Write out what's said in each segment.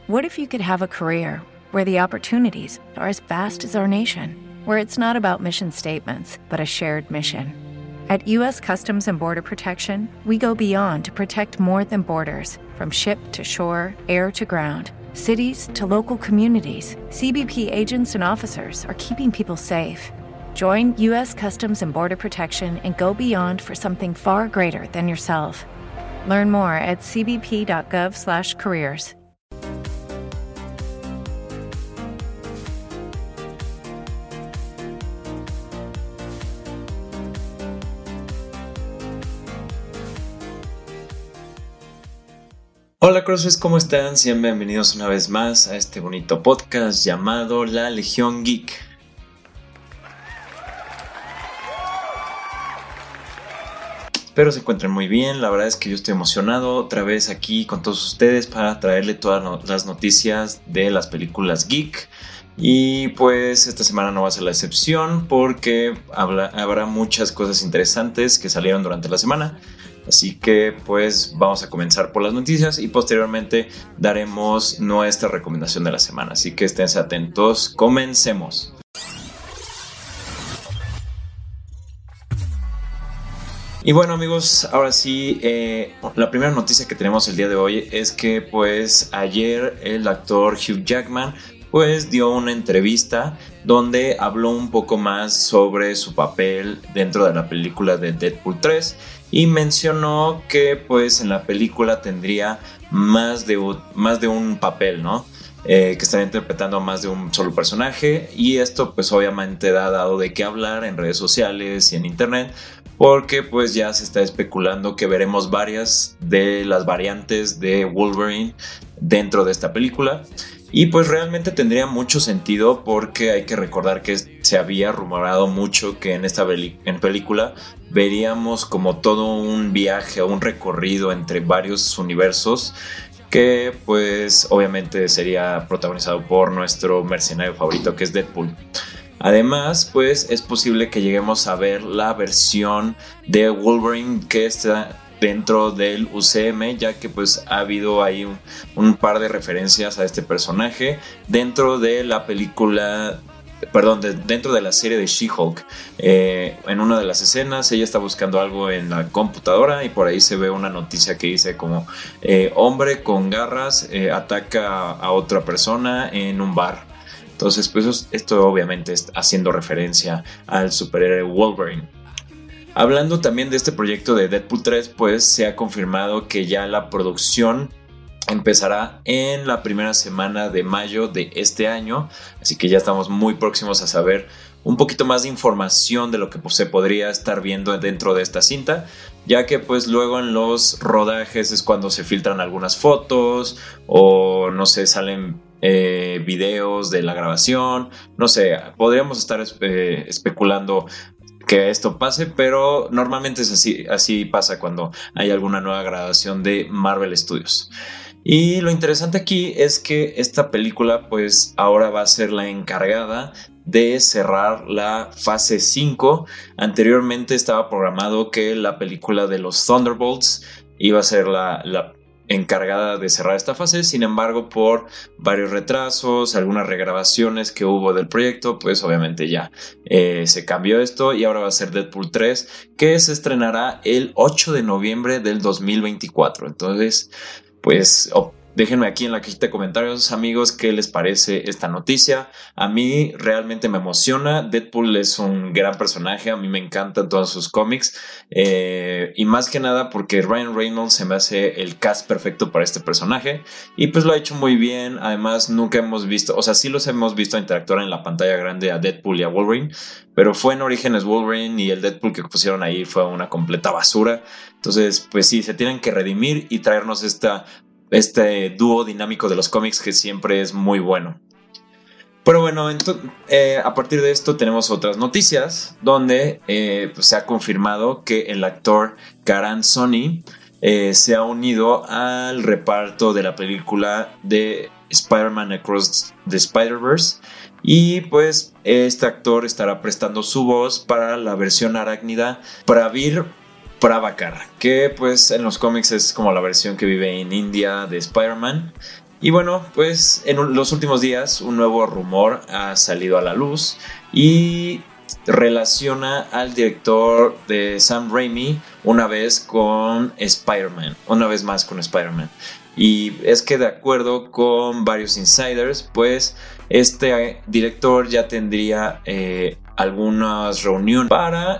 What if you could have a career where the opportunities are as vast as our nation, where it's not about mission statements, but a shared mission? At U.S. Customs and Border Protection, we go beyond to protect more than borders. From ship to shore, air to ground, cities to local communities, CBP agents and officers are keeping people safe. Join U.S. Customs and Border Protection and go beyond for something far greater than yourself. Learn more at cbp.gov/careers. Hola Crossers, ¿cómo están? Sean bienvenidos una vez más a este bonito podcast llamado La Legión Geek. Espero se encuentren muy bien, la verdad es que yo estoy emocionado otra vez aquí con todos ustedes para traerle todas las noticias de las películas geek. Y pues esta semana no va a ser la excepción porque habrá muchas cosas interesantes que salieron durante la semana. Así que pues vamos a comenzar por las noticias y posteriormente daremos nuestra recomendación de la semana. Así que esténse atentos, comencemos. Y bueno amigos, ahora sí, la primera noticia que tenemos el día de hoy es que pues ayer el actor Hugh Jackman pues dio una entrevista donde habló un poco más sobre su papel dentro de la película de Deadpool 3 y mencionó que pues en la película tendría más de un papel, ¿no? Que estaría interpretando a más de un solo personaje, y esto pues obviamente ha dado de qué hablar en redes sociales y en internet, porque pues ya se está especulando que veremos varias de las variantes de Wolverine dentro de esta película. Y pues realmente tendría mucho sentido, porque hay que recordar que se había rumorado mucho que en esta película veríamos como todo un viaje o un recorrido entre varios universos, que pues obviamente sería protagonizado por nuestro mercenario favorito, que es Deadpool. Además, pues es posible que lleguemos a ver la versión de Wolverine que está dentro del UCM, ya que pues ha habido ahí un par de referencias a este personaje dentro de la película, dentro de la serie de She-Hulk. En una de las escenas ella está buscando algo en la computadora y por ahí se ve una noticia que dice como hombre con garras ataca a otra persona en un bar. Entonces pues esto obviamente está haciendo referencia al superhéroe Wolverine. Hablando también de este proyecto de Deadpool 3, pues se ha confirmado que ya la producción empezará en la primera semana de mayo de este año, así que ya estamos muy próximos a saber un poquito más de información de lo que se podría estar viendo dentro de esta cinta, ya que pues luego en los rodajes es cuando se filtran algunas fotos o no sé, salen videos de la grabación, no sé, podríamos estar especulando que esto pase, pero normalmente es así pasa cuando hay alguna nueva grabación de Marvel Studios. Y lo interesante aquí es que esta película pues ahora va a ser la encargada de cerrar la fase 5. Anteriormente estaba programado que la película de los Thunderbolts iba a ser la encargada de cerrar esta fase. Sin embargo, por varios retrasos, algunas regrabaciones que hubo del proyecto, pues obviamente ya se cambió esto y ahora va a ser Deadpool 3, que se estrenará el 8 de noviembre del 2024. Entonces, pues déjenme aquí en la cajita de comentarios, amigos, qué les parece esta noticia. A mí realmente me emociona. Deadpool es un gran personaje, a mí me encantan todos sus cómics, y más que nada porque Ryan Reynolds se me hace el cast perfecto para este personaje y pues lo ha hecho muy bien. Además nunca hemos visto, o sea, sí los hemos visto interactuar en la pantalla grande a Deadpool y a Wolverine, pero fue en Orígenes Wolverine y el Deadpool que pusieron ahí fue una completa basura. Entonces pues sí, se tienen que redimir y traernos este dúo dinámico de los cómics que siempre es muy bueno. Pero bueno, a partir de esto tenemos otras noticias donde pues se ha confirmado que el actor Karan Soni se ha unido al reparto de la película de Spider-Man Across the Spider-Verse, y pues este actor estará prestando su voz para la versión arácnida Pravir Prabhakar, que pues en los cómics es como la versión que vive en India de Spider-Man. Y bueno, pues en los últimos días un nuevo rumor ha salido a la luz y relaciona al director de Sam Raimi una vez más con Spider-Man. Y es que de acuerdo con varios insiders, pues este director ya tendría algunas reuniones para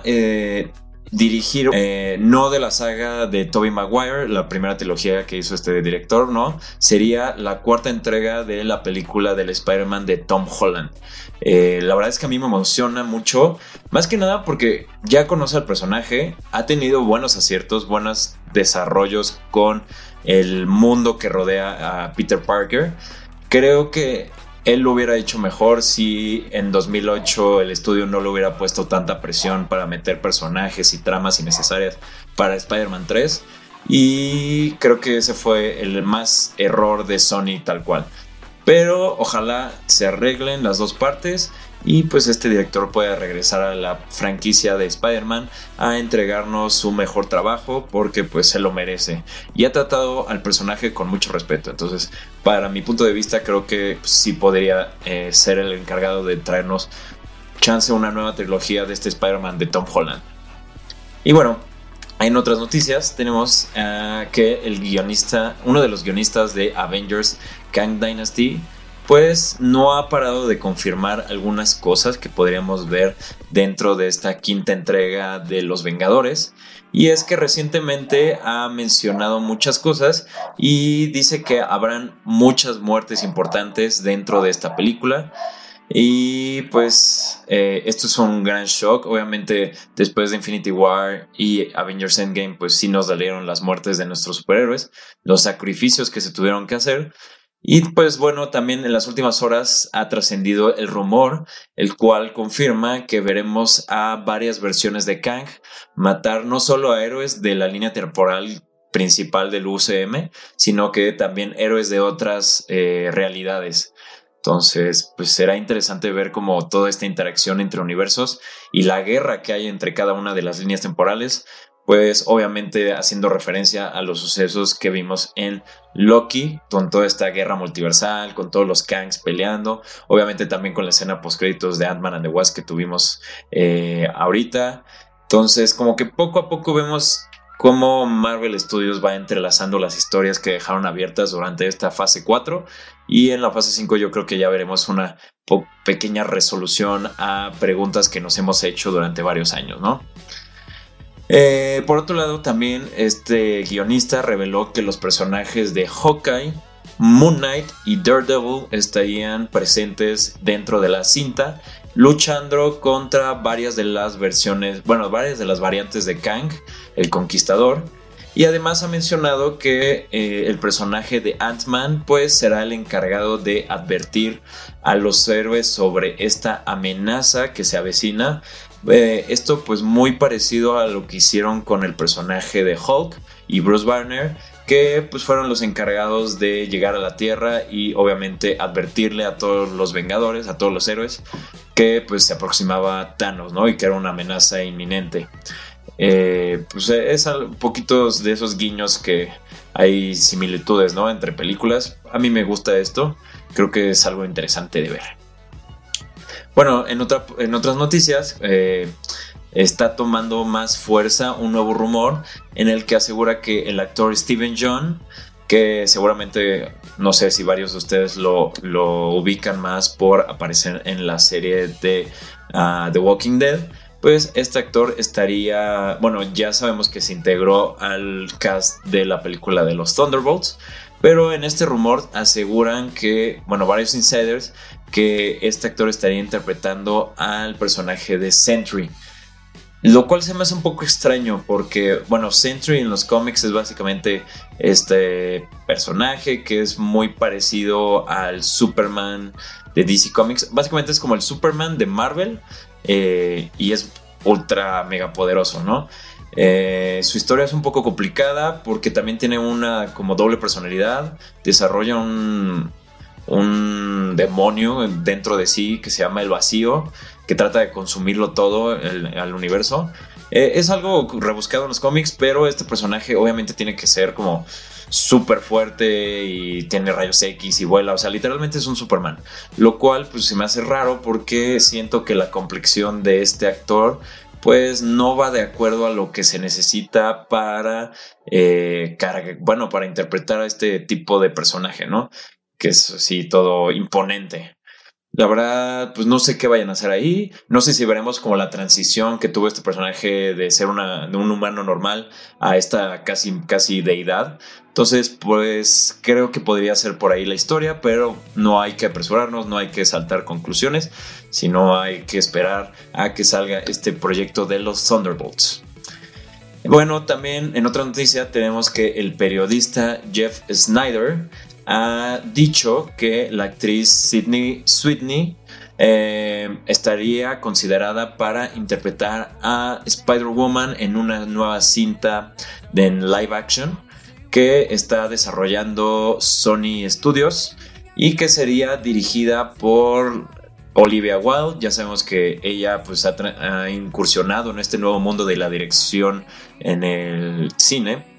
dirigir, no de la saga de Tobey Maguire, la primera trilogía que hizo este director, no, sería la cuarta entrega de la película del Spider-Man de Tom Holland. La verdad es que a mí me emociona mucho, más que nada porque ya conoce al personaje, ha tenido buenos aciertos, buenos desarrollos con el mundo que rodea a Peter Parker. Creo que él lo hubiera hecho mejor si en 2008 el estudio no le hubiera puesto tanta presión para meter personajes y tramas innecesarias para Spider-Man 3. Y creo que ese fue el más error de Sony tal cual. Pero ojalá se arreglen las dos partes y pues este director pueda regresar a la franquicia de Spider-Man a entregarnos su mejor trabajo, porque pues se lo merece y ha tratado al personaje con mucho respeto. Entonces, para mi punto de vista, creo que sí podría ser el encargado de traernos chance una nueva trilogía de este Spider-Man de Tom Holland. Y bueno, en otras noticias tenemos que uno de los guionistas de Avengers Kang Dynasty, pues no ha parado de confirmar algunas cosas que podríamos ver dentro de esta quinta entrega de Los Vengadores. Y es que recientemente ha mencionado muchas cosas y dice que habrán muchas muertes importantes dentro de esta película. Y pues esto es un gran shock. Obviamente después de Infinity War y Avengers Endgame, pues sí nos dolieron las muertes de nuestros superhéroes, los sacrificios que se tuvieron que hacer. Y pues bueno, también en las últimas horas ha trascendido el rumor, el cual confirma que veremos a varias versiones de Kang matar no solo a héroes de la línea temporal principal del UCM, sino que también héroes de otras realidades. Entonces, pues será interesante ver como toda esta interacción entre universos y la guerra que hay entre cada una de las líneas temporales, pues obviamente haciendo referencia a los sucesos que vimos en Loki, con toda esta guerra multiversal, con todos los Kangs peleando, obviamente también con la escena postcréditos de Ant-Man and the Wasp que tuvimos ahorita. Entonces, como que poco a poco vemos cómo Marvel Studios va entrelazando las historias que dejaron abiertas durante esta fase 4, y en la fase 5 yo creo que ya veremos una pequeña resolución a preguntas que nos hemos hecho durante varios años, ¿no? Por otro lado, también este guionista reveló que los personajes de Hawkeye, Moon Knight y Daredevil estarían presentes dentro de la cinta, luchando contra varias de las variantes de Kang, el Conquistador. Y además ha mencionado que el personaje de Ant-Man pues será el encargado de advertir a los héroes sobre esta amenaza que se avecina. Esto pues muy parecido a lo que hicieron con el personaje de Hulk y Bruce Banner, que pues fueron los encargados de llegar a la Tierra y obviamente advertirle a todos los Vengadores, a todos los héroes, que pues se aproximaba Thanos, ¿no? Y que era una amenaza inminente. Pues es poquitos de esos guiños que hay similitudes, ¿no? Entre películas. A mí me gusta esto, creo que es algo interesante de ver. Bueno, en otras noticias, está tomando más fuerza un nuevo rumor en el que asegura que el actor Steven Yeun, que seguramente, no sé si varios de ustedes lo ubican más por aparecer en la serie de The Walking Dead, pues este actor estaría, bueno, ya sabemos que se integró al cast de la película de los Thunderbolts, pero en este rumor aseguran que, bueno, varios insiders, que este actor estaría interpretando al personaje de Sentry. Lo cual se me hace un poco extraño porque, bueno, Sentry en los cómics es básicamente este personaje que es muy parecido al Superman de DC Comics. Básicamente es como el Superman de Marvel, y es ultra mega poderoso, ¿no? Su historia es un poco complicada porque también tiene una como doble personalidad. Desarrolla un demonio dentro de sí que se llama el Vacío, que trata de consumirlo todo al universo. Es algo rebuscado en los cómics, pero este personaje obviamente tiene que ser como súper fuerte y tiene rayos X y vuela, o sea, literalmente es un Superman, lo cual pues se me hace raro porque siento que la complexión de este actor pues no va de acuerdo a lo que se necesita para para interpretar a este tipo de personaje, ¿no? Que es así todo imponente. La verdad, pues no sé qué vayan a hacer ahí. No sé si veremos como la transición que tuvo este personaje de ser de un humano normal a esta casi deidad. Entonces, pues creo que podría ser por ahí la historia, pero no hay que apresurarnos, no hay que saltar conclusiones, sino hay que esperar a que salga este proyecto de los Thunderbolts. Bueno, también en otra noticia tenemos que el periodista Jeff Snyder ha dicho que la actriz Sydney Sweeney estaría considerada para interpretar a Spider-Woman en una nueva cinta en live action que está desarrollando Sony Studios y que sería dirigida por Olivia Wilde. Ya sabemos que ella pues ha incursionado en este nuevo mundo de la dirección en el cine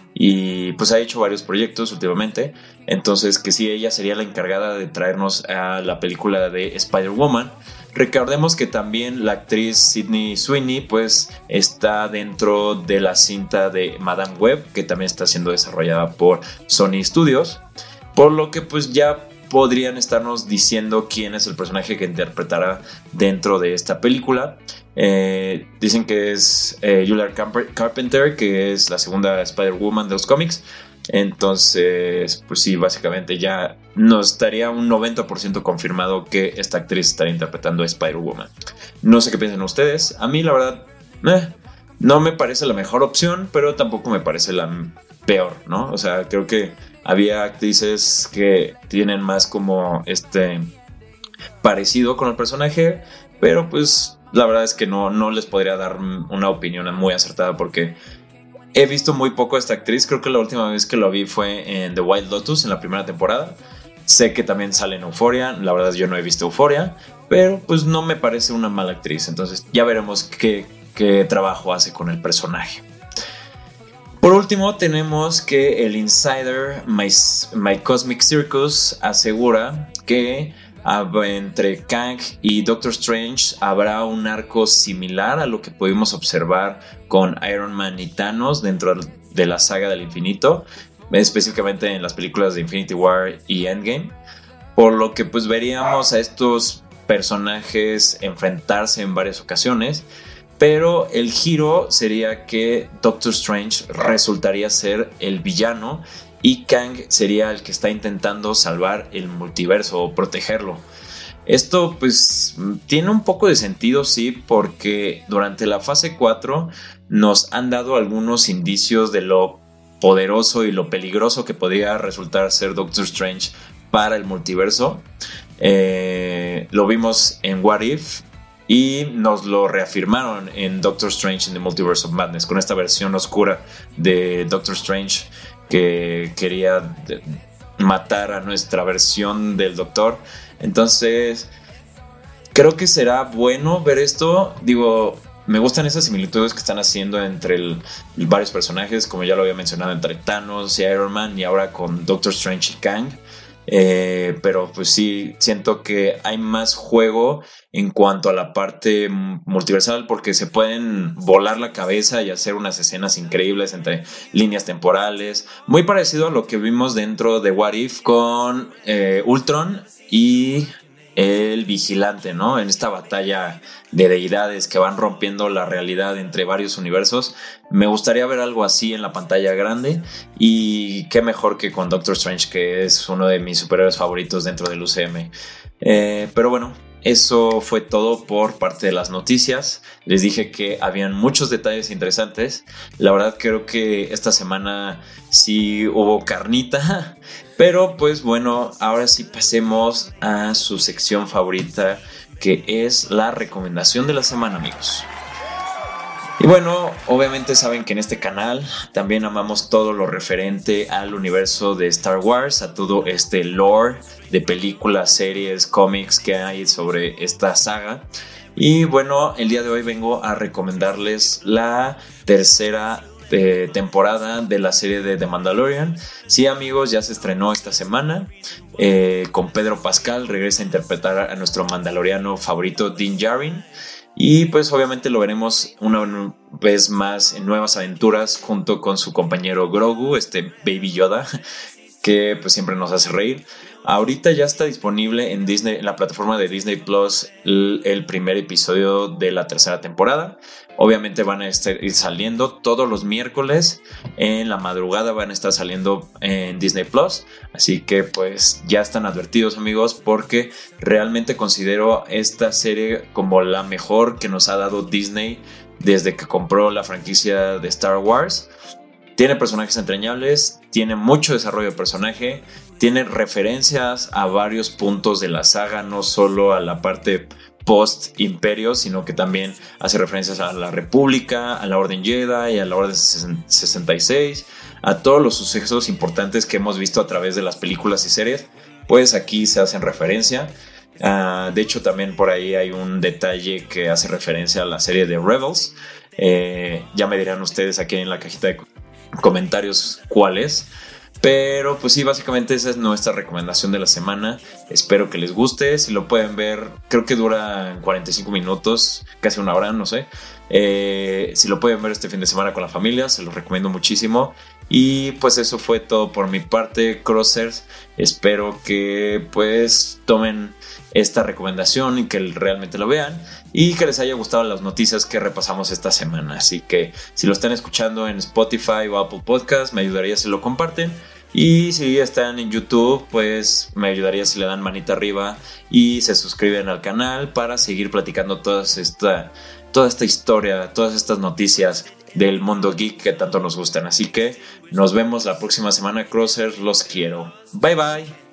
y pues ha hecho varios proyectos últimamente. Entonces que sí, ella sería la encargada de traernos a la película de Spider-Woman. Recordemos que también la actriz Sydney Sweeney pues está dentro de la cinta de Madame Web, que también está siendo desarrollada por Sony Studios, por lo que pues ya podrían estarnos diciendo quién es el personaje que interpretará dentro de esta película. Dicen que es Julia Carpenter, que es la segunda Spider-Woman de los cómics. Entonces, pues sí, básicamente ya nos estaría un 90% confirmado que esta actriz estaría interpretando a Spider-Woman. No sé qué piensan ustedes. A mí la verdad no me parece la mejor opción, pero tampoco me parece la peor, ¿no? O sea, creo que había actrices que tienen más como parecido con el personaje, pero pues la verdad es que no les podría dar una opinión muy acertada porque he visto muy poco a esta actriz. Creo que la última vez que lo vi fue en The White Lotus, en la primera temporada. Sé que también sale en Euphoria. La verdad yo no he visto Euphoria, pero pues no me parece una mala actriz. Entonces ya veremos qué trabajo hace con el personaje. Por último tenemos que el insider My Cosmic Circus asegura que entre Kang y Doctor Strange habrá un arco similar a lo que pudimos observar con Iron Man y Thanos dentro de la saga del infinito, específicamente en las películas de Infinity War y Endgame, por lo que pues veríamos a estos personajes enfrentarse en varias ocasiones, pero el giro sería que Doctor Strange resultaría ser el villano y Kang sería el que está intentando salvar el multiverso o protegerlo. Esto pues tiene un poco de sentido, sí, porque durante la fase 4 nos han dado algunos indicios de lo poderoso y lo peligroso que podría resultar ser Doctor Strange para el multiverso. Lo vimos en What If y nos lo reafirmaron en Doctor Strange in the Multiverse of Madness, con esta versión oscura de Doctor Strange que quería matar a nuestra versión del Doctor. Entonces creo que será bueno ver esto. Digo, me gustan esas similitudes que están haciendo entre varios personajes, como ya lo había mencionado, entre Thanos y Iron Man, y ahora con Doctor Strange y Kang. Pero pues sí, siento que hay más juego en cuanto a la parte multiversal, porque se pueden volar la cabeza y hacer unas escenas increíbles entre líneas temporales, muy parecido a lo que vimos dentro de What If con Ultron y el Vigilante, ¿no? En esta batalla de deidades que van rompiendo la realidad entre varios universos. Me gustaría ver algo así en la pantalla grande, y qué mejor que con Doctor Strange, que es uno de mis superhéroes favoritos dentro del UCM. Pero bueno, eso fue todo por parte de las noticias. Les dije que habían muchos detalles interesantes. La verdad creo que esta semana sí hubo carnita. Pero pues bueno, ahora sí pasemos a su sección favorita, que es la recomendación de la semana, amigos. Y bueno, obviamente saben que en este canal también amamos todo lo referente al universo de Star Wars, a todo este lore de películas, series, cómics que hay sobre esta saga. Y bueno, el día de hoy vengo a recomendarles la tercera temporada de la serie de The Mandalorian. Sí, amigos, ya se estrenó esta semana. Con Pedro Pascal regresa a interpretar a nuestro mandaloriano favorito, Din Djarin. Y pues obviamente lo veremos una vez más en nuevas aventuras junto con su compañero Grogu, Baby Yoda, que pues siempre nos hace reír. Ahorita ya está disponible en Disney, en la plataforma de Disney Plus, el primer episodio de la tercera temporada. Obviamente van a ir saliendo todos los miércoles en la madrugada, van a estar saliendo en Disney Plus. Así que pues ya están advertidos, amigos, porque realmente considero esta serie como la mejor que nos ha dado Disney desde que compró la franquicia de Star Wars. Tiene personajes entrañables, tiene mucho desarrollo de personaje, tiene referencias a varios puntos de la saga, no solo a la parte post-imperio, sino que también hace referencias a la República, a la Orden Jedi, a la Orden 66, a todos los sucesos importantes que hemos visto a través de las películas y series, pues aquí se hacen referencia. De hecho, también por ahí hay un detalle que hace referencia a la serie de Rebels. Ya me dirán ustedes aquí en la cajita de comentarios cuál es. Pero pues sí, básicamente esa es nuestra recomendación de la semana. Espero que les guste. Si lo pueden ver, creo que dura 45 minutos, casi una hora, no sé. Si lo pueden ver este fin de semana con la familia, se los recomiendo muchísimo. Y pues eso fue todo por mi parte, Crossers. Espero que pues tomen esta recomendación y que realmente lo vean y que les haya gustado las noticias que repasamos esta semana. Así que si lo están escuchando en Spotify o Apple Podcast, me ayudaría si lo comparten. Y si están en YouTube, pues me ayudaría si le dan manita arriba y se suscriben al canal para seguir platicando toda esta historia, todas estas noticias del mundo geek que tanto nos gustan. Así que nos vemos la próxima semana, Crossers. Los quiero. Bye bye.